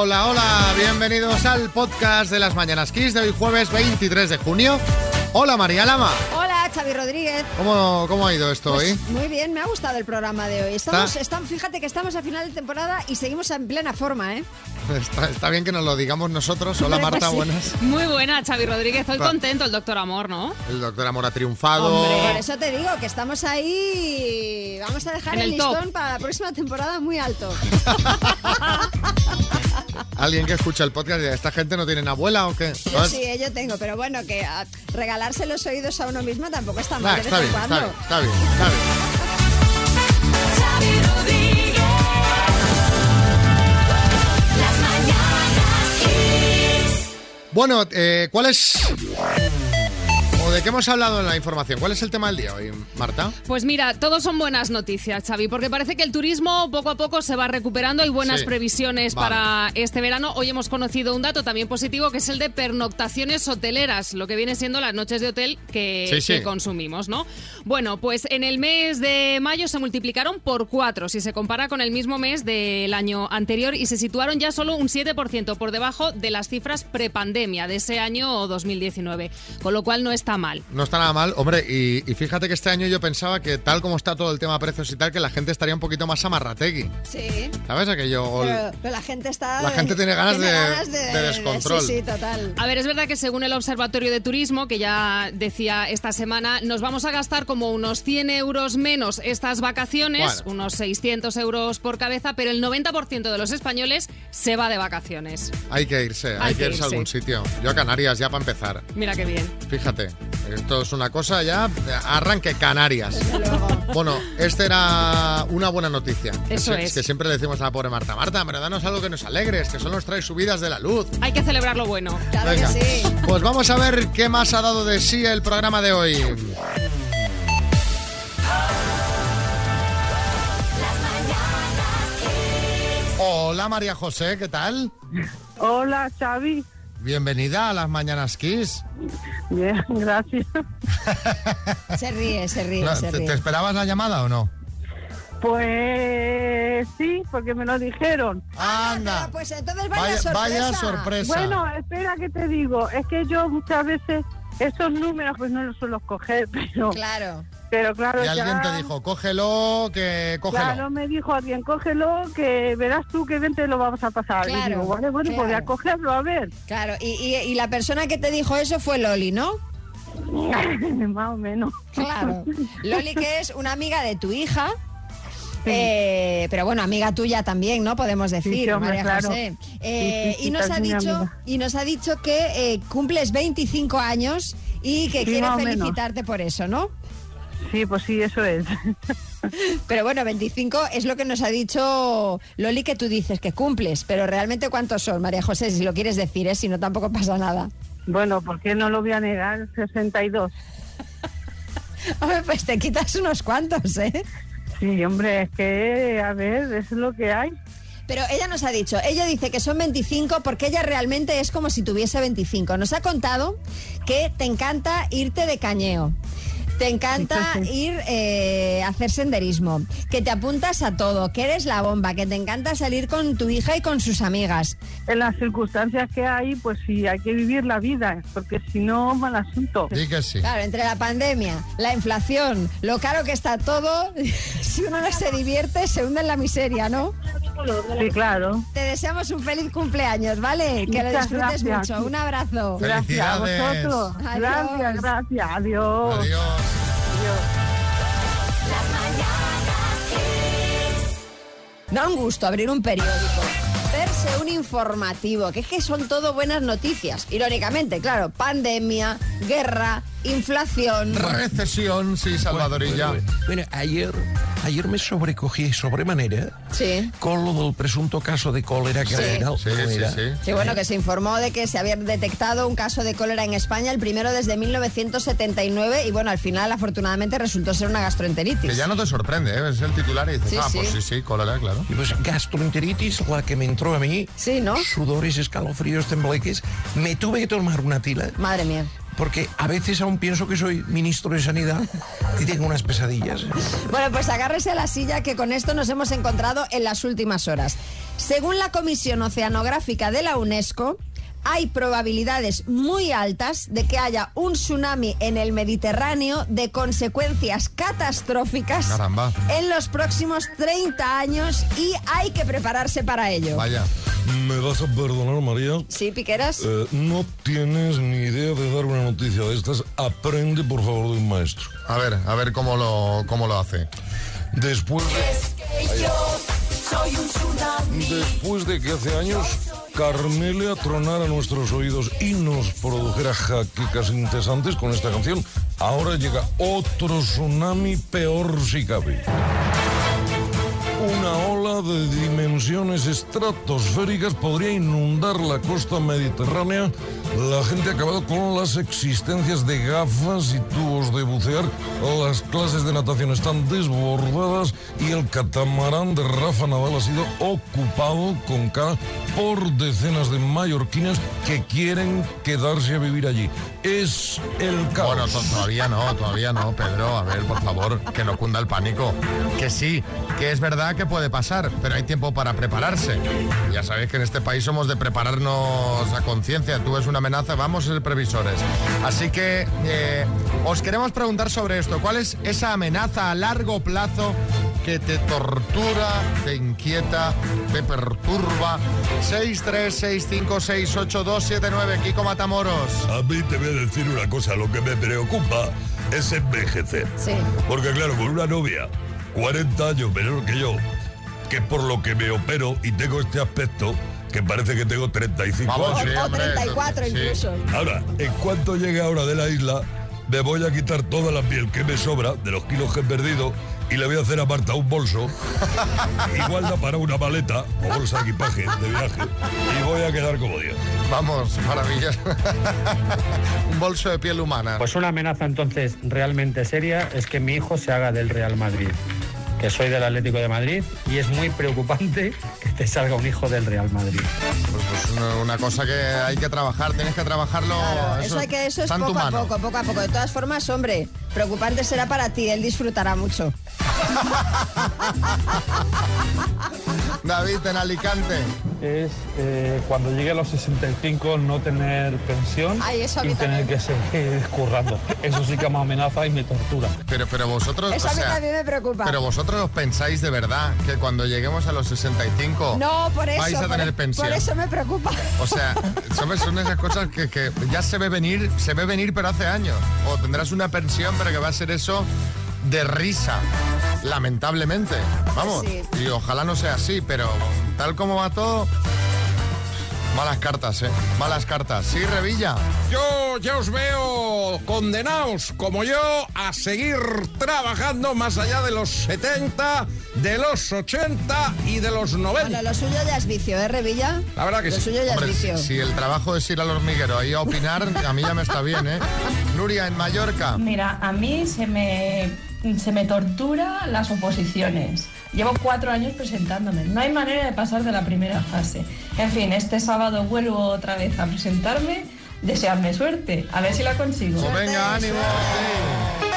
Hola, hola, bienvenidos al podcast de las Mañanas Kiss de hoy jueves 23 de junio. Hola María Lama. Hola Xavi Rodríguez. ¿Cómo ha ido esto hoy? Muy bien, me ha gustado el programa de hoy. Fíjate que estamos a final de temporada y seguimos en plena forma, ¿eh? Está bien que nos lo digamos nosotros. Hola Marta, sí. buenas. Muy buena, Xavi Rodríguez. Hoy contento el doctor Amor, ¿no? El doctor Amor ha triunfado. Hombre, por eso te digo que estamos ahí. Vamos a dejar el listón top para la próxima temporada muy alto. ¿Alguien que escucha el podcast dirá, esta gente no tiene abuela o qué? Yo sí, yo tengo, pero bueno, que regalarse los oídos a uno mismo tampoco está mal. Está bien. Bueno, ¿cuál es... o de qué hemos hablado en la información? ¿Cuál es el tema del día hoy, Marta? Pues mira, todos son buenas noticias, Xavi, porque parece que el turismo poco a poco se va recuperando. Hay buenas previsiones para este verano. Hoy hemos conocido un dato también positivo, que es el de pernoctaciones hoteleras, lo que viene siendo las noches de hotel que consumimos, ¿no? Bueno, pues en el mes de mayo se multiplicaron por 4 si se compara con el mismo mes del año anterior y se situaron ya solo un 7% por debajo de las cifras prepandemia de ese año 2019, con lo cual no está mal. No está nada mal, hombre, y fíjate que este año yo pensaba que tal como está todo el tema precios y tal, que la gente estaría un poquito más amarrategui. Sí. ¿Sabes? Pero la gente está... La gente tiene ganas de descontrol. Sí, total. A ver, es verdad que según el Observatorio de Turismo, que ya decía esta semana, nos vamos a gastar como unos 100 euros menos estas vacaciones, unos 600 euros por cabeza, pero el 90% de los españoles se va de vacaciones. Hay que irse a algún sitio. Yo a Canarias, ya para empezar. Mira qué bien. Fíjate. Esto es una cosa ya, arranque Canarias. Bueno, esta era una buena noticia. Eso es. Que siempre le decimos a la pobre Marta, pero danos algo que nos alegre, que solo nos trae subidas de la luz. Hay que celebrar lo bueno. Claro. Venga, que sí. Pues vamos a ver qué más ha dado de sí el programa de hoy. Hola María José, ¿qué tal? Hola Xavi. Bienvenida a las Mañanas Kiss. Bien, gracias. Se ríe. ¿Te esperabas la llamada o no? Pues sí, porque me lo dijeron. Anda. Pues entonces vaya sorpresa. Bueno, espera que te digo. Es que yo muchas veces esos números pues no los suelo coger, pero... Claro. Pero claro, y alguien te dijo, cógelo. Claro, me dijo alguien, cógelo, que verás tú que bien te lo vamos a pasar. Claro, y digo, bueno, pues voy a cogerlo, a ver. Claro, y la persona que te dijo eso fue Loli, ¿no? Más o menos. Claro. Loli, que es una amiga de tu hija. Sí. Pero bueno, amiga tuya también, ¿no? Podemos decir, sí, hombre, María claro. José. Sí, y nos ha dicho que cumples 25 años y que quiere felicitarte por eso, ¿no? Sí, pues sí, eso es. Pero bueno, 25 es lo que nos ha dicho Loli, que tú dices que cumples, pero realmente ¿cuántos son, María José? Si lo quieres decir, si no tampoco pasa nada. Bueno, ¿por qué no lo voy a negar? 62. Hombre, pues te quitas unos cuantos, ¿eh? Sí, hombre, es que, a ver, es lo que hay. Pero ella nos ha dicho, ella dice que son 25 porque ella realmente es como si tuviese 25. Nos ha contado que te encanta irte de cañeo. Te encanta ir a hacer senderismo, que te apuntas a todo, que eres la bomba, que te encanta salir con tu hija y con sus amigas. En las circunstancias que hay, pues sí, hay que vivir la vida, porque si no, mal asunto. Sí que sí. Claro, entre la pandemia, la inflación, lo caro que está todo, si uno no se divierte, se hunde en la miseria, ¿no? Sí, claro. Te deseamos un feliz cumpleaños, ¿vale? Que lo disfrutes mucho. Un abrazo. Gracias a vosotros. Adiós. Gracias. Adiós. Adiós. Da un gusto abrir un periódico, verse un informativo, que es que son todo buenas noticias. Irónicamente, claro, pandemia, guerra, inflación... Recesión, sí, Salvadorilla. Bueno, ayer me sobrecogí sobremanera con lo del presunto caso de cólera que era. Sí, bueno, que se informó de que se había detectado un caso de cólera en España, el primero desde 1979, y bueno, al final, afortunadamente, resultó ser una gastroenteritis. Que ya no te sorprende, ¿eh? Ves el titular y dices, pues sí, cólera, claro. Y pues gastroenteritis, la que me entró a mí, sí, ¿no? Sudores, escalofríos, tembleques, me tuve que tomar una tila. Madre mía. Porque a veces aún pienso que soy ministro de Sanidad y tengo unas pesadillas. Bueno, pues agárrese a la silla, que con esto nos hemos encontrado en las últimas horas. Según la Comisión Oceanográfica de la UNESCO, hay probabilidades muy altas de que haya un tsunami en el Mediterráneo de consecuencias catastróficas en los próximos 30 años y hay que prepararse para ello. Vaya. ¿Me vas a perdonar, María? Sí, Piqueras. No tienes ni idea de dar una noticia de estas. Aprende, por favor, de un maestro. A ver cómo lo hace. Después de que hace años Carmele tronara nuestros oídos y nos produjera jaquecas incesantes con esta canción, ahora llega otro tsunami peor si cabe. Una ola de dimensiones estratosféricas podría inundar la costa mediterránea. La gente ha acabado con las existencias de gafas y tubos de bucear. Las clases de natación están desbordadas y el catamarán de Rafa Nadal ha sido ocupado con K por decenas de mallorquines que quieren quedarse a vivir allí. Es el caos. Bueno, todavía no, Pedro. A ver, por favor, que no cunda el pánico. Que sí, que es verdad que puede pasar, pero hay tiempo para prepararse. Ya sabéis que en este país somos de prepararnos a conciencia. Tú ves una amenaza, vamos a ser previsores. Así que os queremos preguntar sobre esto. ¿Cuál es esa amenaza a largo plazo que te tortura, te inquieta, te perturba? 636568279, Kiko Matamoros. A mí te voy a decir una cosa, lo que me preocupa es envejecer. Sí. Porque claro, con una novia 40 años menor que yo, que por lo que me opero y tengo este aspecto, que parece que tengo 35 Vamos, años. sí, O 34 incluso. Ahora, en cuanto llegue ahora de la isla, me voy a quitar toda la piel que me sobra de los kilos que he perdido y le voy a hacer a Marta un bolso, igual da para una maleta o bolsa de equipaje de viaje, y voy a quedar como Dios. Vamos, maravillas. Un bolso de piel humana. Pues una amenaza entonces realmente seria es que mi hijo se haga del Real Madrid, que soy del Atlético de Madrid, y es muy preocupante que te salga un hijo del Real Madrid. Pues una cosa que hay que trabajar, tienes que trabajarlo. Claro, eso es poco a poco. De todas formas, hombre, preocupante será para ti, él disfrutará mucho. David, en Alicante. Es cuando llegue a los 65 no tener pensión. Ay, eso a mí y tener también. que seguir currando. Eso sí que me amenaza y me tortura. Pero vosotros, Eso a mí también me preocupa. Pero vosotros os pensáis de verdad que cuando lleguemos a los 65 no, por eso, vais a tener pensión. Por eso me preocupa. O sea, son esas cosas que ya se ve venir pero hace años. O tendrás una pensión, pero que va a ser eso de risa, lamentablemente. Vamos, Sí. Y ojalá no sea así, pero tal como va todo, malas cartas, malas cartas. Sí, Revilla. Yo ya os veo condenados, como yo, a seguir trabajando más allá de los 70, de los 80 y de los 90. Bueno, lo suyo ya es vicio, ¿eh, Revilla? La verdad que lo sí. suyo ya Hombre, es vicio. si el trabajo es ir al hormiguero ahí a opinar, a mí ya me está bien, ¿eh? Nuria, en Mallorca. Mira, a mí se me tortura las oposiciones. Llevo 4 años presentándome. No hay manera de pasar de la primera fase. En fin, este sábado vuelvo otra vez a presentarme. Deseadme suerte. A ver si la consigo. Pues venga, ánimo. Sí.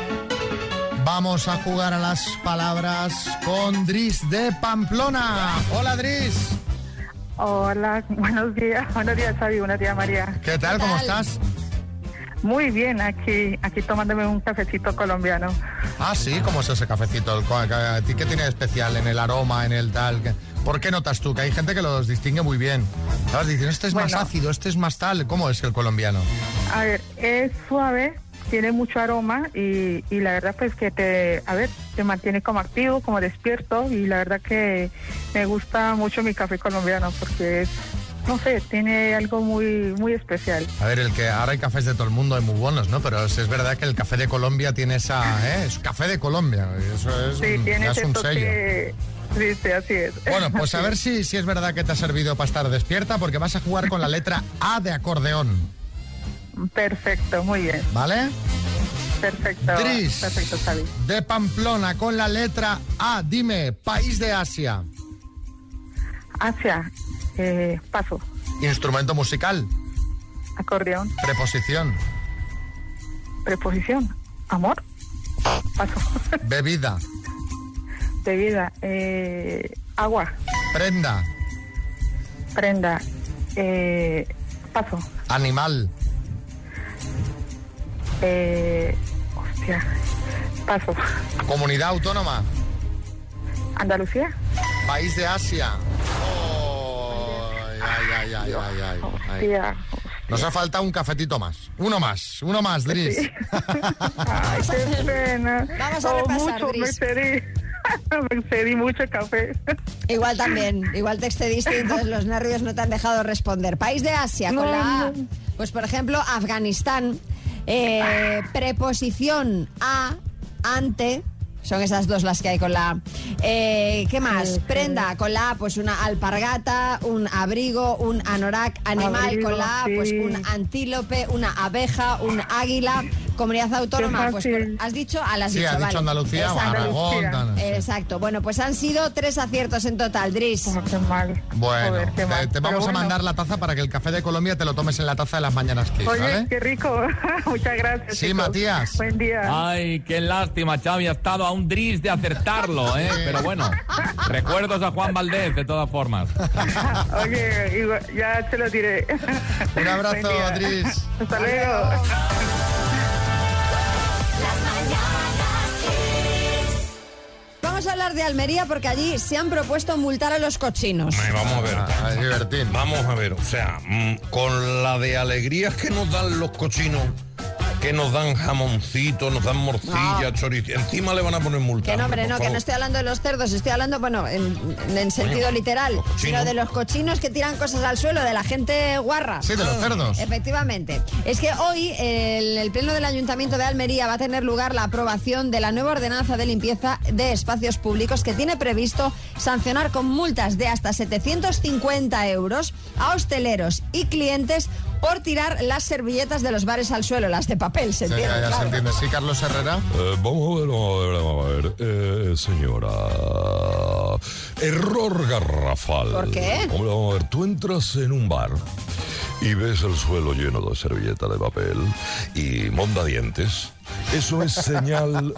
Vamos a jugar a las palabras con Dris de Pamplona. Hola, Dris. Hola, buenos días, Xavi, buenos días, María. ¿Qué tal? ¿Cómo estás? Muy bien, aquí tomándome un cafecito colombiano. Ah, sí, ¿cómo es ese cafecito? ¿A ti qué tiene de especial en el aroma, en el tal? ¿Por qué notas tú? Que hay gente que los distingue muy bien. ¿Sabes? Dicen, este es más ácido, este es más tal. ¿Cómo es el colombiano? A ver, es suave, tiene mucho aroma y la verdad pues que te mantiene como activo, como despierto, y la verdad que me gusta mucho mi café colombiano porque es, no sé, tiene algo muy, muy especial. A ver, ahora hay cafés de todo el mundo, hay muy buenos, ¿no? Pero es verdad que el café de Colombia tiene es café de Colombia. Eso es, sí, tiene es un sello. Sí, así es. Bueno, pues a ver si es verdad que te ha servido para estar despierta, porque vas a jugar con la letra A de acordeón. Perfecto, muy bien. ¿Vale? Perfecto. Dris, perfecto, Xavi. de Pamplona, con la letra A. Dime, país de Asia. Asia, paso. Instrumento musical. Acordeón. Preposición. Preposición. Amor. Paso. Bebida. Bebida. Agua. Prenda. Prenda. Paso. Animal. Hostia. Paso. Comunidad autónoma. Andalucía. País de Asia. Ay. Hostia. Nos ha faltado un cafetito más. Uno más, Dris. Sí. Ay, qué pena. Vamos a repasar, mucho, Dris. Me excedí mucho café. Igual también, igual te excediste y entonces los nervios no te han dejado responder. País de Asia, con la A. Pues por ejemplo, Afganistán. Preposición a, ante. Son esas dos las que hay con la A. ¿Qué más? Prenda, con la A, pues una alpargata, un abrigo, un anorak. Animal, Abrigo, con la A, pues sí. un antílope, una abeja, un águila. Comunidad autónoma, pues has dicho, has Sí, dicho, has dicho vale. Andalucía o Exacto. Aragón. Tan, sí. Exacto. Bueno, pues han sido 3 aciertos en total, Dris. Qué mal. Bueno, Joder, qué mal. te vamos Pero a bueno. mandar la taza para que el café de Colombia te lo tomes en la taza de las mañanas Kiss, Oye, ¿vale? qué rico. Muchas gracias. Sí, chicos. Matías. Buen día. Ay, qué lástima, Xavi, ha estado a un Dris de acertarlo, ¿eh? Pero bueno, recuerdos a Juan Valdés, de todas formas. Oye, ya te lo diré. Un abrazo, Buen día. Dris. Hasta luego. Vamos a hablar de Almería porque allí se han propuesto multar a los cochinos. Vamos a ver. Es divertido. Vamos a ver, o sea, con la de alegrías que nos dan los cochinos, que nos dan jamoncito, nos dan morcilla, chorizo, encima le van a poner multa. Que no, hombre, no, que no estoy hablando de los cerdos, estoy hablando, bueno, en sentido literal, los cochinos. sino de los cochinos que tiran cosas al suelo, de la gente guarra. Sí, de los cerdos. Efectivamente. Es que hoy el Pleno del Ayuntamiento de Almería va a tener lugar la aprobación de la nueva ordenanza de limpieza de espacios públicos que tiene previsto sancionar con multas de hasta 750 euros a hosteleros y clientes por tirar las servilletas de los bares al suelo, las de papel, ¿se Sí, entiende? ya se Claro. entiende. Sí, Carlos Herrera. Vamos a ver, señora. Error garrafal. ¿Por qué? Hombre, vamos a ver, tú entras en un bar y ves el suelo lleno de servilletas de papel y mondadientes. Eso es señal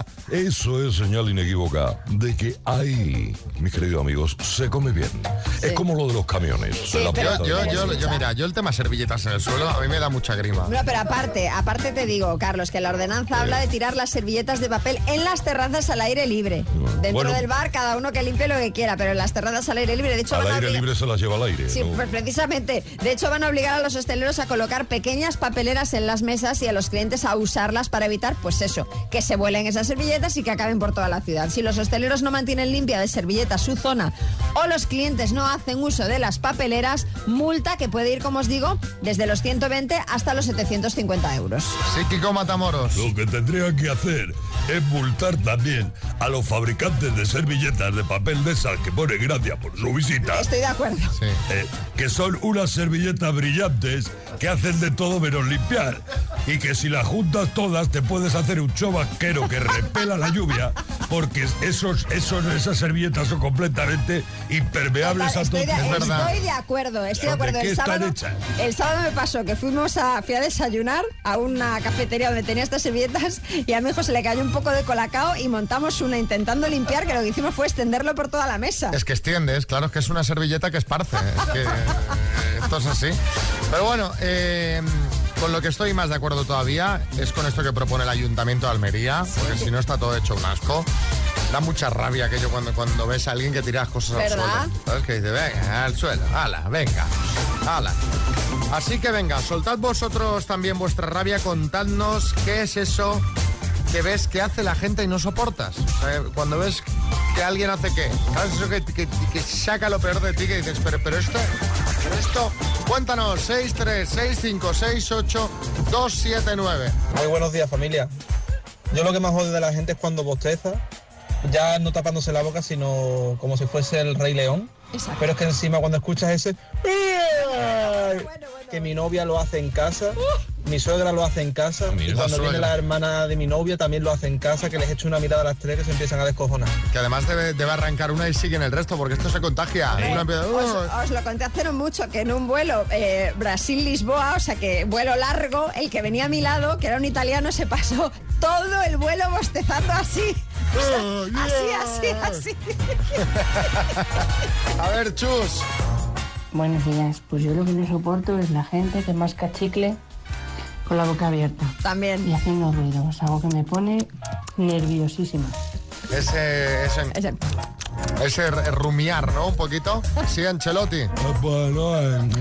inequívoca de que ahí, mis queridos amigos, se come bien. Sí. Es como lo de los camiones. Sí, de la pero- puerta de la Yo, mira, yo el tema servilletas en el suelo a mí me da mucha grima. No, pero aparte te digo, Carlos, que la ordenanza habla de tirar las servilletas de papel en las terrazas al aire libre. Dentro Bueno. del bar, cada uno que limpie lo que quiera, pero en las terrazas al aire libre. De hecho, Al van a aire obligar- libre se las lleva al aire. Sí, ¿no? pues precisamente. De hecho, van a obligar a los hosteleros a colocar pequeñas papeleras en las mesas y a los clientes a usarlas para evitar, pues eso, que se vuelen esas servilletas y que acaben por toda la ciudad. Si los hosteleros no mantienen limpia de servilletas su zona o los clientes no hacen uso de las papeleras, multa que puede ir, como os digo, desde los 120 hasta los 750 euros. Sí, Kiko Matamoros. Lo que tendrían que hacer es multar también a los fabricantes de servilletas de papel de esas que ponen gracias por su visita. Estoy de acuerdo. Sí. Que son unas servilletas brillantes que hacen de todo menos limpiar. Y que si las juntas todas te puedes hacer un chubasquero que repela la lluvia, porque esas servilletas son completamente impermeables a todo. Estoy de acuerdo. ¿De qué están hechas? El sábado me pasó que fui a desayunar a una cafetería donde tenía estas servilletas y a mi hijo se le cayó un poco de colacao y montamos una intentando limpiar, que lo que hicimos fue extenderlo por toda la mesa. Es que extiendes, claro, es que es una servilleta que esparce. Es que esto es así. Pero bueno, con lo que estoy más de acuerdo todavía es con esto que propone el Ayuntamiento de Almería, porque si no está todo hecho un asco. Da mucha rabia aquello cuando ves a alguien que tira cosas al ¿Verdad? suelo. ¿Sabes? Que dice, venga, al suelo, ala, venga, ala. Así que venga, soltad vosotros también vuestra rabia, contadnos qué es eso que ves que hace la gente y no soportas. O sea, cuando ves que alguien hace qué, ¿sabes? Eso que saca lo peor de ti, que dices, pero esto, cuéntanos, 636568279. Muy buenos días, familia. Yo lo que más odio de la gente es cuando bosteza, ya no tapándose la boca, sino como si fuese el Rey León. Exacto. Pero es que encima cuando escuchas ese... que mi novia lo hace en casa, mi suegra lo hace en casa, Mira, y la cuando viene suegra. la hermana de mi novia también lo hace en casa, que les echo una mirada a las tres que se empiezan a descojonar. Que además debe arrancar una y siguen el resto, porque esto se contagia. Una empieza, Os lo conté hace no mucho, que en un vuelo Brasil-Lisboa, o sea que vuelo largo, el que venía a mi lado, que era un italiano, se pasó todo el vuelo bostezando así. O sea, así. A ver, Chus. Buenos días. Pues yo lo que no soporto es la gente que masca chicle con la boca abierta. También. Y haciendo ruidos, algo que me pone nerviosísima. Ese rumiar, ¿no? Un poquito. Sí, Ancelotti. Bueno,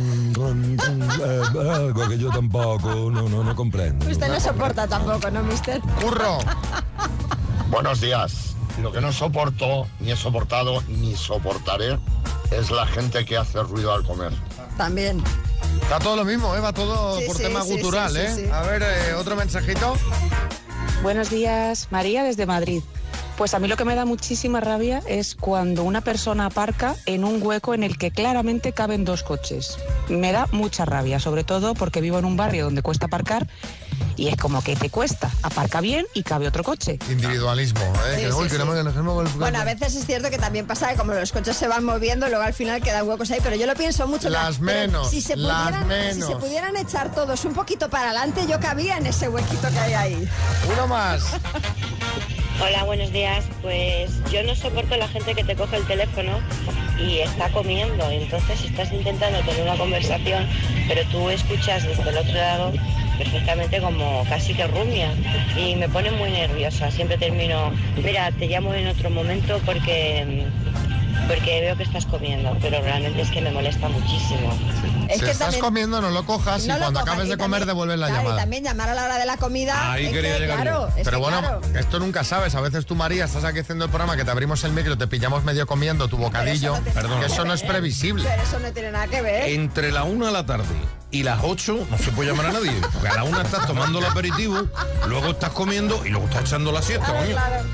algo que yo tampoco no comprendo. Usted no soporta tampoco, ¿no, mister? Curro. Buenos días. Lo que no soporto, ni he soportado, ni soportaré, es la gente que hace ruido al comer. También. Está todo lo mismo, va todo por tema gutural, sí. A ver, otro mensajito. Buenos días, María desde Madrid. Pues a mí lo que me da muchísima rabia es cuando una persona aparca en un hueco en el que claramente caben 2 coches. Me da mucha rabia, sobre todo porque vivo en un barrio donde cuesta aparcar y es como que te cuesta. Aparca bien y cabe otro coche. Individualismo, ¿eh? Bueno, a veces es cierto que también pasa que como los coches se van moviendo, luego al final quedan huecos ahí, pero yo lo pienso mucho. Las menos. Si se pudieran echar todos un poquito para adelante, yo cabía en ese huequito que hay ahí. Uno más. Hola, buenos días. Pues yo no soporto la gente que te coge el teléfono y está comiendo. Entonces estás intentando tener una conversación, pero tú escuchas desde el otro lado perfectamente como casi que rumia. Y me pone muy nerviosa. Siempre termino, mira, te llamo en otro momento porque veo que estás comiendo, pero realmente es que me molesta muchísimo. Es si que estás comiendo, no lo cojas y cuando acabes de comer devuelves la llamada. Y también llamar a la hora de la comida. Ahí quería llegar yo. Pero bueno, esto nunca sabes. A veces tú, María, estás aquí haciendo el programa, que te abrimos el micro, te pillamos medio comiendo tu bocadillo. Que eso no es previsible. Pero eso no tiene nada que ver. Entre la 1 de la tarde y las 8 no se puede llamar a nadie. Porque a la 1 estás tomando el aperitivo, luego estás comiendo y luego estás echando la siesta, coño. Claro.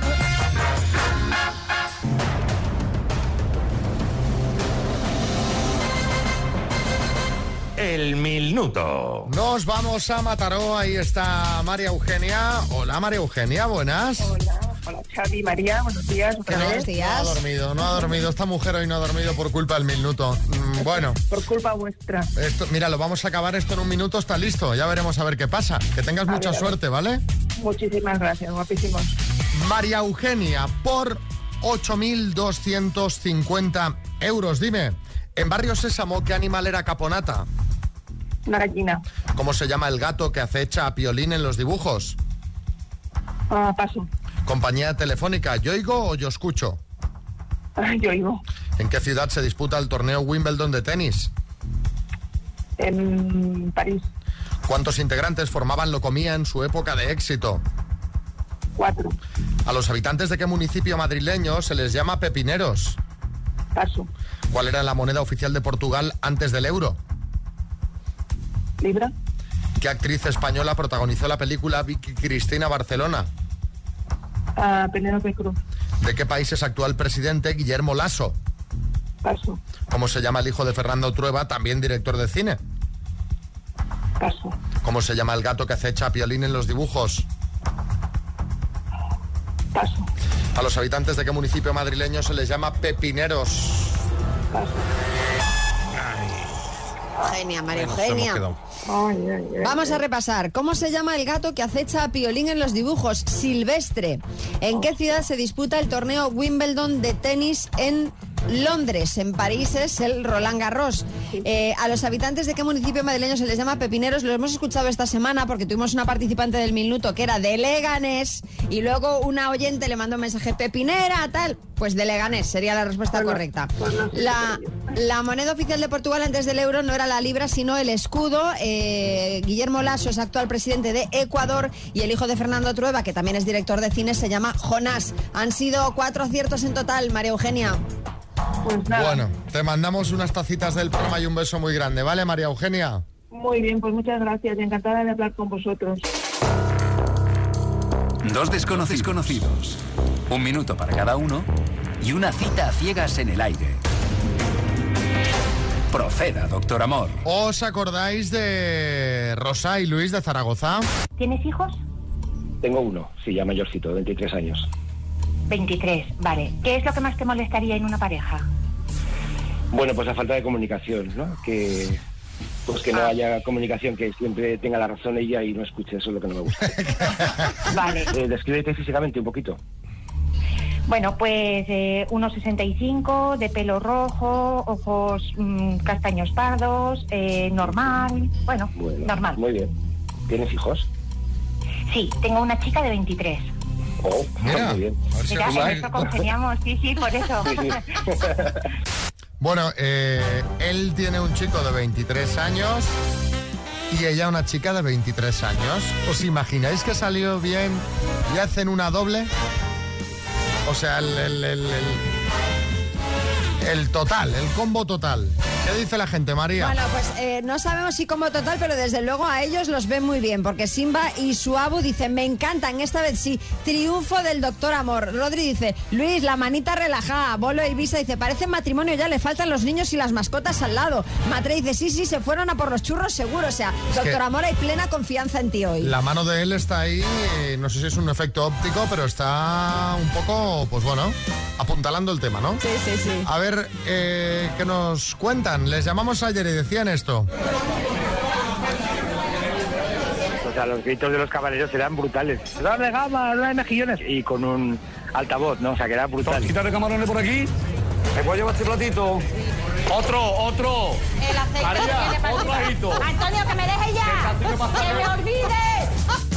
El minuto. Nos vamos a Mataró, ahí está María Eugenia. Hola, María Eugenia, buenas. Hola, Xavi, María, buenos días. Buenos días. No ha dormido. Esta mujer hoy no ha dormido por culpa del minuto. Bueno. Por culpa vuestra. Mira, lo vamos a acabar esto en un minuto, está listo. Ya veremos a ver qué pasa. Que tengas mucha suerte, ¿vale? Muchísimas gracias, guapísimos. María Eugenia, por 8.250 euros. Dime, en Barrio Sésamo, ¿qué animal era Caponata? Una gallina. ¿Cómo se llama el gato que acecha a Piolín en los dibujos? Paso. Compañía telefónica, ¿Yoigo o yo escucho? Yoigo. ¿En qué ciudad se disputa el torneo Wimbledon de tenis? En París. ¿Cuántos integrantes formaban Locomía en su época de éxito? 4. ¿A los habitantes de qué municipio madrileño se les llama pepineros? Paso. ¿Cuál era la moneda oficial de Portugal antes del euro? Libra. ¿Qué actriz española protagonizó la película Vicky Cristina Barcelona? Penélope Cruz. ¿De qué país es actual presidente Guillermo Lasso? Paso. ¿Cómo se llama el hijo de Fernando Trueba, también director de cine? Paso. ¿Cómo se llama el gato que acecha a Piolín en los dibujos? Paso. ¿A los habitantes de qué municipio madrileño se les llama pepineros? Paso. Eugenia, María Eugenia. Vamos a repasar. ¿Cómo se llama el gato que acecha a Piolín en los dibujos? Silvestre. ¿En qué ciudad se disputa el torneo Wimbledon de tenis en Londres? En París es el Roland Garros. A los habitantes de qué municipio madrileño se les llama pepineros, lo hemos escuchado esta semana porque tuvimos una participante del minuto que era de Leganés y luego una oyente le mandó un mensaje, pepinera, tal. Pues de Leganés sería la respuesta correcta. La moneda oficial de Portugal antes del euro no era la libra, sino el escudo. Guillermo Lasso es actual presidente de Ecuador y el hijo de Fernando Trueba, que también es director de cine, se llama Jonás. Han sido 4 aciertos en total, María Eugenia. Pues nada. Bueno, te mandamos unas tacitas del programa y un beso muy grande, ¿vale, María Eugenia? Muy bien, pues muchas gracias. Encantada de hablar con vosotros. Dos desconocidos. Un minuto para cada uno y una cita a ciegas en el aire. Proceda, doctor Amor. ¿Os acordáis de Rosa y Luis de Zaragoza? ¿Tienes hijos? Tengo uno, sí, ya mayorcito, 23 años. 23, vale. ¿Qué es lo que más te molestaría en una pareja? Bueno, pues la falta de comunicación, ¿no? Que no haya comunicación, que siempre tenga la razón ella y no escuche, eso es lo que no me gusta. Vale. Descríbete físicamente un poquito. Bueno, pues 1,65, de pelo rojo, ojos castaños pardos, normal, bueno, normal. Muy bien. ¿Tienes hijos? Sí, tengo una chica de 23. Oh, mira, muy bien. Mira, en eso congeniamos, sí, por eso. Bueno, él tiene un chico de 23 años y ella una chica de 23 años. ¿Os imagináis que salió bien y hacen una doble? O sea, el total, el combo total. ¿Qué dice la gente, María? Bueno, pues no sabemos si combo total, pero desde luego a ellos los ven muy bien, porque Simba y Suabu dicen, me encantan, esta vez sí, triunfo del Doctor Amor. Rodri dice, Luis, la manita relajada. Bolo y Visa dice, parece matrimonio ya, le faltan los niños y las mascotas al lado. Matre dice, sí, se fueron a por los churros seguro, o sea, Doctor Amor, hay plena confianza en ti hoy. La mano de él está ahí, no sé si es un efecto óptico, pero está un poco, pues bueno, apuntalando el tema, ¿no? Sí, sí, sí. A ver, ¿qué nos cuentan? Les llamamos ayer y decían esto. O sea, los gritos de los caballeros eran brutales. ¡No de gama, no de mejillones! Y con un altavoz, ¿no? O sea, que era brutal. Quita de camarones por aquí. ¿Me puedo llevar este platito? ¡Otro! El aceite María, otro ajito. Antonio, que me deje ya. ¡Que me olvides!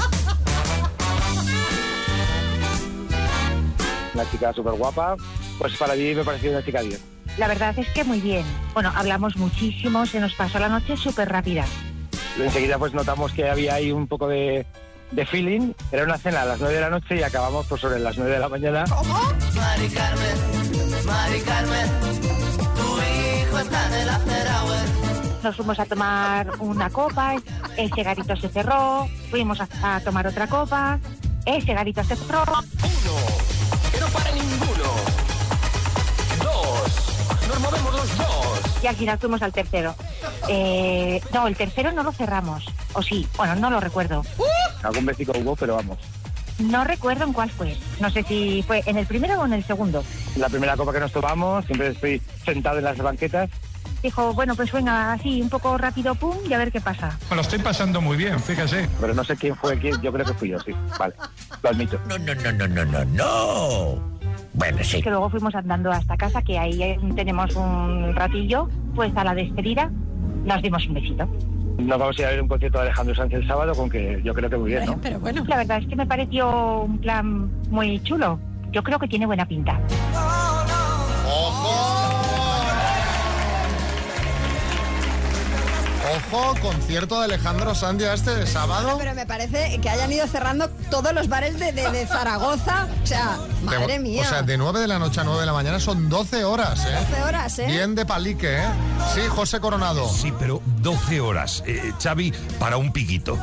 Una chica súper guapa. Pues para mí me pareció una chica 10. La verdad es que muy bien. Bueno, hablamos muchísimo, se nos pasó la noche súper rápida. Enseguida pues notamos que había ahí un poco de feeling. Era una cena a las 9 de la noche y acabamos pues sobre las 9 de la mañana. ¿Cómo? Mari Carmen, tu hijo está en el after hour. Nos fuimos a tomar una copa, ese garito se cerró, fuimos a tomar otra copa, ese garito se cerró. 1, que no pare ninguno. 2, nos movemos los 2. Y al final fuimos al tercero. No, el tercero no lo cerramos. O sí, bueno, no lo recuerdo. Algún besico hubo, pero vamos. No recuerdo en cuál fue. No sé si fue en el primero o en el segundo. La primera copa que nos tomamos, siempre estoy sentado en las banquetas. Dijo, bueno, pues venga, así, un poco rápido, pum, y a ver qué pasa. Me lo estoy pasando muy bien, fíjese. Pero no sé quién fue quién, yo creo que fui yo, sí. Vale, lo admito. No. Bueno, sí. Que luego fuimos andando hasta casa, que ahí tenemos un ratillo, pues a la despedida nos dimos un besito. Nos vamos a ir a ver un concierto de Alejandro Sanz el sábado, con que yo creo que muy bien, ¿no? Pero bueno. La verdad es que me pareció un plan muy chulo. Yo creo que tiene buena pinta. Ojo, concierto de Alejandro Sanz ya este sábado. Bueno, pero me parece que hayan ido cerrando todos los bares de Zaragoza. O sea, madre mía. O sea, de 9 de la noche a 9 de la mañana son 12 horas, ¿eh? 12 horas, ¿eh? Bien de palique, ¿eh? Sí, José Coronado. Sí, pero 12 horas, Xavi, para un piquito.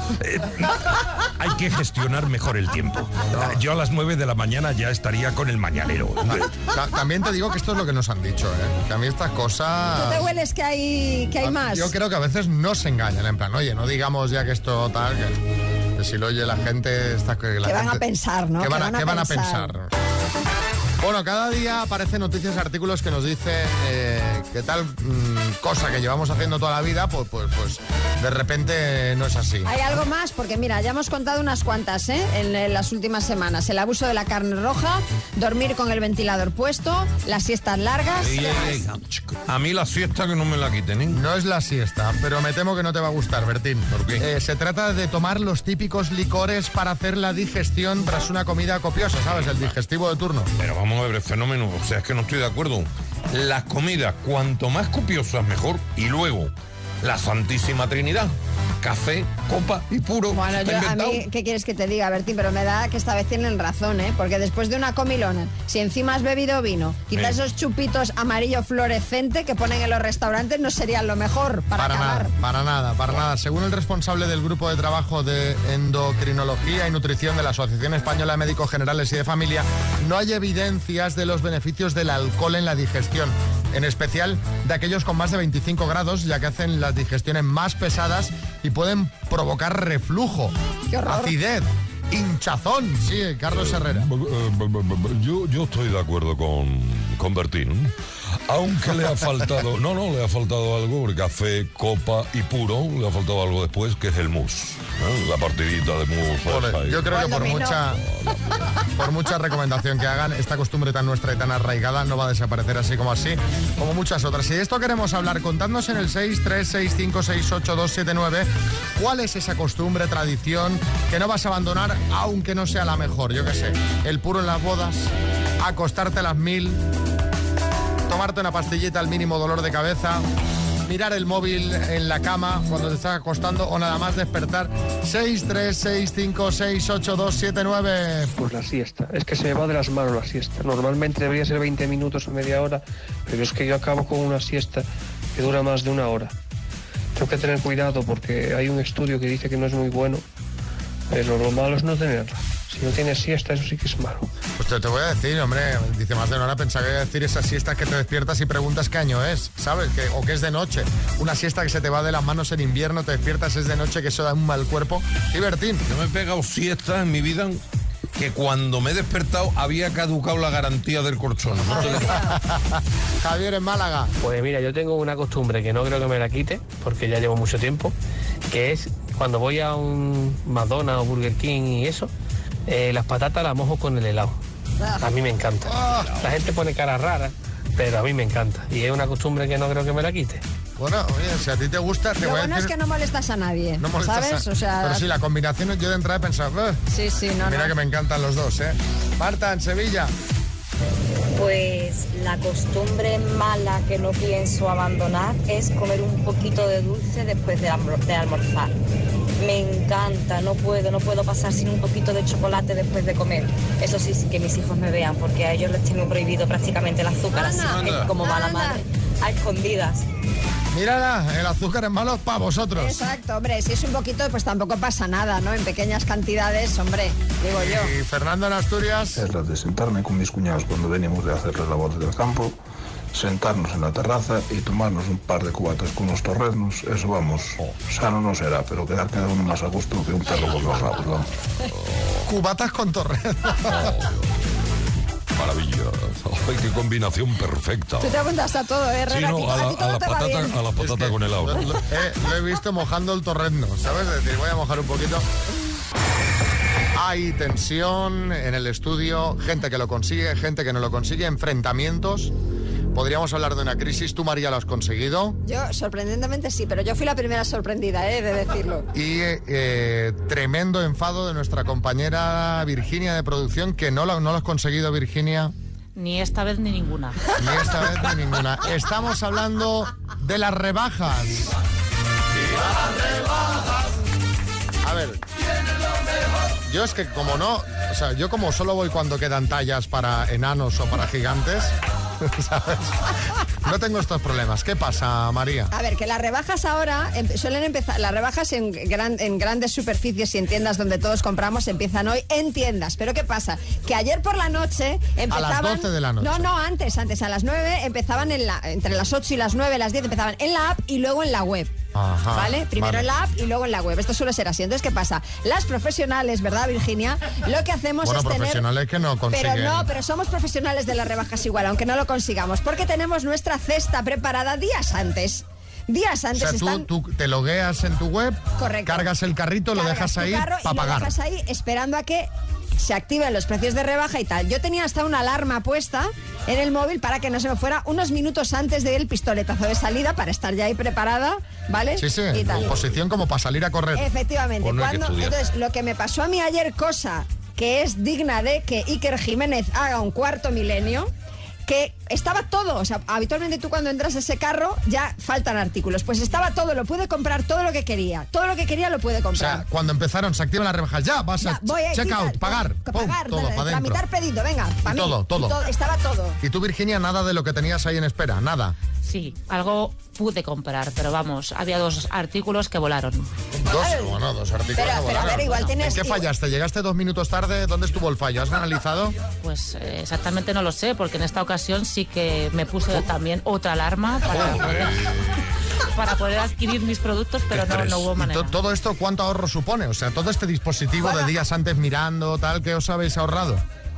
Hay que gestionar mejor el tiempo. Yo a las 9 de la mañana ya estaría con el mañanero. También te digo que esto es lo que nos han dicho, ¿eh? Que a mí estas cosas... ¿Tú te hueles que hay más? Yo creo que a veces no se engañan, en plan, oye, no digamos ya que esto tal, que si lo oye la gente... ¿Qué van a pensar, no? ¿Qué van a pensar? Bueno, cada día aparecen noticias, artículos que nos dicen que tal cosa que llevamos haciendo toda la vida, pues de repente no es así. Hay algo más, porque mira, ya hemos contado unas cuantas, en las últimas semanas. El abuso de la carne roja, dormir con el ventilador puesto, las siestas largas... A mí la siesta que no me la quiten, ¿eh? No es la siesta, pero me temo que no te va a gustar, Bertín. ¿Por qué? Se trata de tomar los típicos licores para hacer la digestión tras una comida copiosa, ¿sabes? El digestivo de turno. Pero vamos a ver el fenómeno, o sea, es que no estoy de acuerdo. Las comidas, cuanto más copiosas, mejor. Y luego, la Santísima Trinidad. Café, copa y puro. Bueno, a mí, ¿qué quieres que te diga, Bertín? Pero me da que esta vez tienen razón, ¿eh? Porque después de una comilona, si encima has bebido vino, quizás esos chupitos amarillo fluorescente que ponen en los restaurantes no serían lo mejor para acabar. Para nada. Según el responsable del grupo de trabajo de endocrinología y nutrición de la Asociación Española de Médicos Generales y de Familia, no hay evidencias de los beneficios del alcohol en la digestión, en especial de aquellos con más de 25 grados, ya que hacen las digestiones más pesadas y pueden provocar reflujo, acidez, hinchazón. Sí, Carlos Herrera. Yo estoy de acuerdo con Bertín. Aunque le ha faltado, le ha faltado algo, el café, copa y puro, le ha faltado algo después, que es el mousse, ¿no? La partidita de mousse. Yo creo que por mucha recomendación que hagan, esta costumbre tan nuestra y tan arraigada no va a desaparecer así, como muchas otras. Y de esto queremos hablar, contadnos en el 636568279 cuál es esa costumbre, tradición que no vas a abandonar aunque no sea la mejor. Yo qué sé, el puro en las bodas, acostarte a las 1000, tomarte una pastillita al mínimo dolor de cabeza, mirar el móvil en la cama cuando te estás acostando o nada más despertar. 636568279. Pues la siesta, es que se me va de las manos la siesta. Normalmente debería ser 20 minutos o media hora, pero es que yo acabo con una siesta que dura más de una hora. Tengo que tener cuidado porque hay un estudio que dice que no es muy bueno, pero lo malo es no tenerla. Si no tienes siesta, eso sí que es malo. Pues te voy a decir, hombre, dice más de una hora, pensaba que iba a decir esas siestas que te despiertas y preguntas qué año es, ¿sabes? O que es de noche. Una siesta que se te va de las manos en invierno, te despiertas, es de noche, que eso da un mal cuerpo. Y Bertín. Yo me he pegado siestas en mi vida que cuando me he despertado había caducado la garantía del colchón. Javier, en Málaga. Pues mira, yo tengo una costumbre que no creo que me la quite, porque ya llevo mucho tiempo, que es cuando voy a un McDonald's o Burger King y eso, las patatas las mojo con el helado. A mí me encanta. La gente pone cara rara, pero a mí me encanta. Y es una costumbre que no creo que me la quite. Bueno, oye, si a ti te gusta, te Lo voy a bueno decir... es que no molestas a nadie, no ¿sabes? O sea... Pero sí, la combinación, yo de entrada he pensado... Sí, mira que me encantan los dos, ¿eh? Marta, en Sevilla. Pues la costumbre mala que no pienso abandonar es comer un poquito de dulce después de almorzar. Me encanta, no puedo pasar sin un poquito de chocolate después de comer. Eso sí, que mis hijos me vean, porque a ellos les tengo prohibido prácticamente el azúcar, así como mala madre, a escondidas. Mírala, el azúcar es malo para vosotros. Exacto, hombre, si es un poquito, pues tampoco pasa nada, ¿no? En pequeñas cantidades, hombre, digo yo. Y Fernando, en Asturias. Es la de sentarme con mis cuñados cuando venimos de hacer las labores del campo, sentarnos en la terraza y tomarnos un par de cubatas con unos torreznos. Eso, vamos, sano no será, pero quedar cada uno más a gusto que un perro con los rabos, vamos. Cubatas con torreznos. Maravilla. Ay, qué combinación perfecta. Tú te apuntas a todo, ¿eh, Herrera? Sí, no, a la patata con helado. Lo he visto mojando el torrezno, ¿sabes? Es decir, voy a mojar un poquito. Hay tensión en el estudio, gente que lo consigue, gente que no lo consigue, enfrentamientos. Podríamos hablar de una crisis. ¿Tú, María, lo has conseguido? Yo, sorprendentemente sí, pero yo fui la primera sorprendida, de decirlo. Y tremendo enfado de nuestra compañera Virginia de producción, que no lo has conseguido, Virginia. Ni esta vez ni ninguna. Ni esta vez ni ninguna. Estamos hablando de las rebajas. A ver, yo es que como no, o sea, yo como solo voy cuando quedan tallas para enanos o para gigantes, ¿sabes? No tengo estos problemas. ¿Qué pasa, María? A ver, que las rebajas ahora suelen empezar, las rebajas en grandes superficies y en tiendas donde todos compramos empiezan hoy en tiendas. Pero ¿qué pasa? Que ayer por la noche empezaban... A las 12 de la noche. No, antes, a las 9 empezaban entre las 8 y las 9, las 10 empezaban en la app y luego en la web. Ajá, ¿vale? Primero en la app y luego en la web. Esto suele ser así. Entonces, ¿qué pasa? Las profesionales, ¿verdad, Virginia? Lo que hacemos es tener... profesionales que no consiguen... Pero somos profesionales de las rebajas igual, aunque no lo consigamos, porque tenemos nuestra cesta preparada días antes. O sea, tú te logueas en tu web, correcto, cargas el carrito, lo dejas ahí para pagar. Lo dejas ahí esperando a que se activen los precios de rebaja y tal. Yo tenía hasta una alarma puesta en el móvil para que no se me fuera unos minutos antes del pistoletazo de salida para estar ya ahí preparada, ¿vale? Sí, y tal. En posición como para salir a correr. Efectivamente. Entonces, lo que me pasó a mí ayer, cosa que es digna de que Iker Jiménez haga un cuarto milenio, que estaba todo, o sea, habitualmente tú cuando entras a ese carro ya faltan artículos, pues estaba todo, lo pude comprar todo lo que quería lo pude comprar. O sea, cuando empezaron, se activan las rebajas, ya vas a checkout, pagar, todo para adentro. Tramitar pedido, venga, para mí. Todo. Estaba todo. ¿Y tú, Virginia, nada de lo que tenías ahí en espera? Nada. Sí, algo pude comprar, pero vamos, había 2 artículos que volaron. Dos artículos que volaron. Pero a ver, igual tienes... ¿En qué fallaste? ¿Llegaste 2 minutos tarde? ¿Dónde estuvo el fallo? ¿Has analizado? Pues exactamente no lo sé, porque en esta ocasión sí que me puse también otra alarma para poder adquirir mis productos, pero no hubo manera. ¿Todo esto cuánto ahorro supone? O sea, todo este dispositivo de días antes mirando, tal, ¿qué os habéis ahorrado?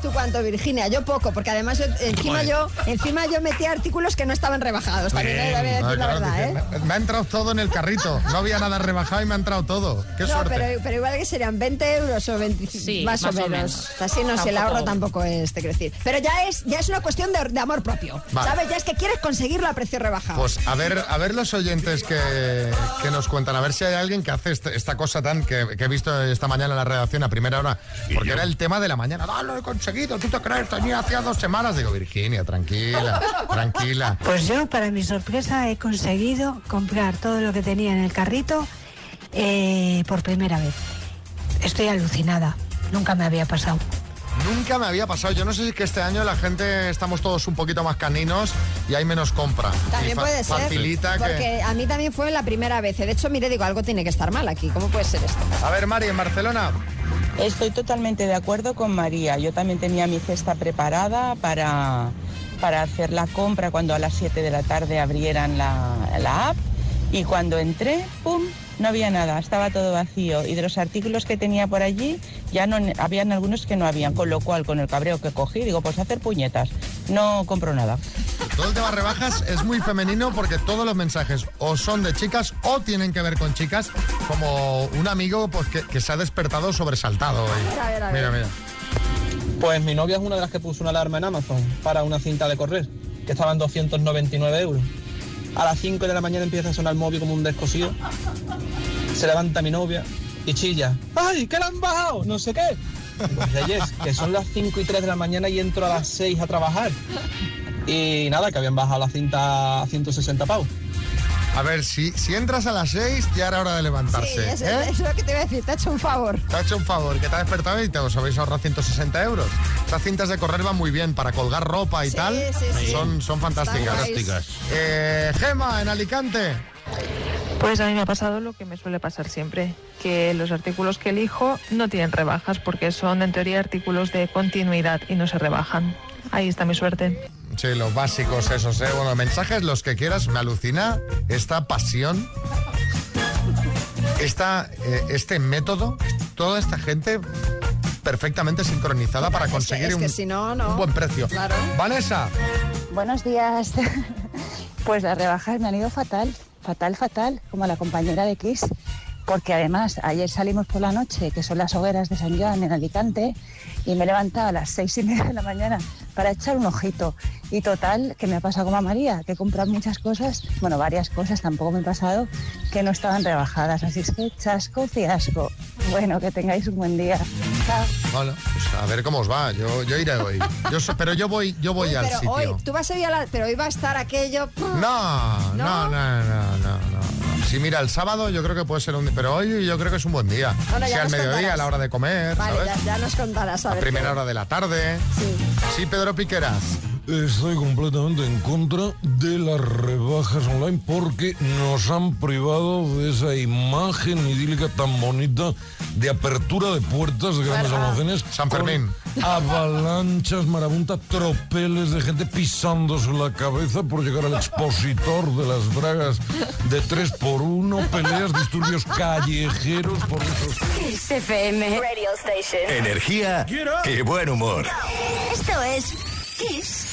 ¿Tú cuánto, Virginia? Yo poco, porque además encima yo metí artículos que no estaban rebajados. También Bien. voy a decir la verdad, ¿eh? Me ha entrado todo en el carrito. No había nada rebajado y me ha entrado todo. Qué suerte. Pero igual que serían 20 euros o 25, Sí, más o menos. Así no sé, el ahorro tampoco es, te quiero decir. Pero ya es una cuestión de amor propio. Vale. ¿Sabes? Ya es que quieres conseguirlo a precio rebajado. Pues a ver los oyentes que nos cuentan, a ver si hay alguien que hace esta cosa tan que he visto esta mañana en la redacción a primera hora, porque era el tema de la mañana. ¡Ah, lo he conseguido! ¿Tú te crees? Tenía hacía 2 semanas. Digo, Virginia, tranquila. Pues yo, para mi sorpresa, he conseguido comprar todo lo que tenía en el carrito por primera vez. Estoy alucinada. Nunca me había pasado. Nunca me había pasado. Yo no sé si es que este año la gente estamos todos un poquito más caninos y hay menos compra. También puede ser. Facilita porque a mí también fue la primera vez. De hecho, mire, digo, algo tiene que estar mal aquí. ¿Cómo puede ser esto? A ver, Mari, en Barcelona. Estoy totalmente de acuerdo con María. Yo también tenía mi cesta preparada para hacer la compra cuando a las 7 de la tarde abrieran la app. Y cuando entré, ¡pum!, no había nada, estaba todo vacío. Y de los artículos que tenía por allí, ya no habían algunos que no habían. Con lo cual, con el cabreo que cogí, digo, pues hacer puñetas. No compro nada. Todo el tema rebajas es muy femenino porque todos los mensajes o son de chicas o tienen que ver con chicas, como un amigo pues que se ha despertado sobresaltado hoy. Mira. Pues mi novia es una de las que puso una alarma en Amazon para una cinta de correr, que estaban 299 euros. A las 5 de la mañana empieza a sonar el móvil como un descosido. Se levanta mi novia y chilla. ¡Ay, que la han bajado! No sé qué. Pues Reyes, que son las 5 y 3 de la mañana y entro a las 6 a trabajar. Y nada, que habían bajado la cinta a 160 pavos. A ver, si entras a las 6 ya era hora de levantarse. Sí, eso es lo que te iba a decir, te ha hecho un favor. Te ha hecho un favor, que te ha despertado y os habéis ahorrado 160 euros. Estas cintas de correr van muy bien para colgar ropa y tal. Sí. Son fantásticas. Gema, en Alicante. Pues a mí me ha pasado lo que me suele pasar siempre, que los artículos que elijo no tienen rebajas porque son en teoría artículos de continuidad y no se rebajan. Ahí está mi suerte. Sí, los básicos esos, Bueno, mensajes, los que quieras. Me alucina esta pasión, este método, toda esta gente perfectamente sincronizada para conseguir un buen precio. Claro. Vanessa. Buenos días. Pues las rebajas me han ido fatal, como a la compañera de Kiss, porque además ayer salimos por la noche, que son las hogueras de San Joan en Alicante, y me he levantado a las 6:30 de la mañana para echar un ojito. Y total, que me ha pasado como a María, que he comprado muchas cosas, bueno, varias cosas, tampoco me he pasado, que no estaban rebajadas. Así es que chasco, fiasco. Bueno, que tengáis un buen día. Chao. Bueno, pues a ver cómo os va. Yo iré hoy. Pero yo voy al pero sitio. Hoy, tú vas a ir pero hoy va a estar aquello... No. Sí, mira, el sábado yo creo que puede ser pero hoy yo creo que es un buen día. Bueno, sea al mediodía, a la hora de comer, vale, ¿sabes? ya nos contarás. A primera hora de la tarde. Sí, Pedro Piqueras. Estoy completamente en contra de las rebajas online porque nos han privado de esa imagen idílica tan bonita de apertura de puertas de grandes almacenes. San Fermín. Avalanchas, marabunta, tropeles de gente pisándose la cabeza por llegar al expositor de las bragas de 3x1, peleas, disturbios callejeros por esos... Kiss FM Radio Station. Energía y buen humor. Esto es Kiss.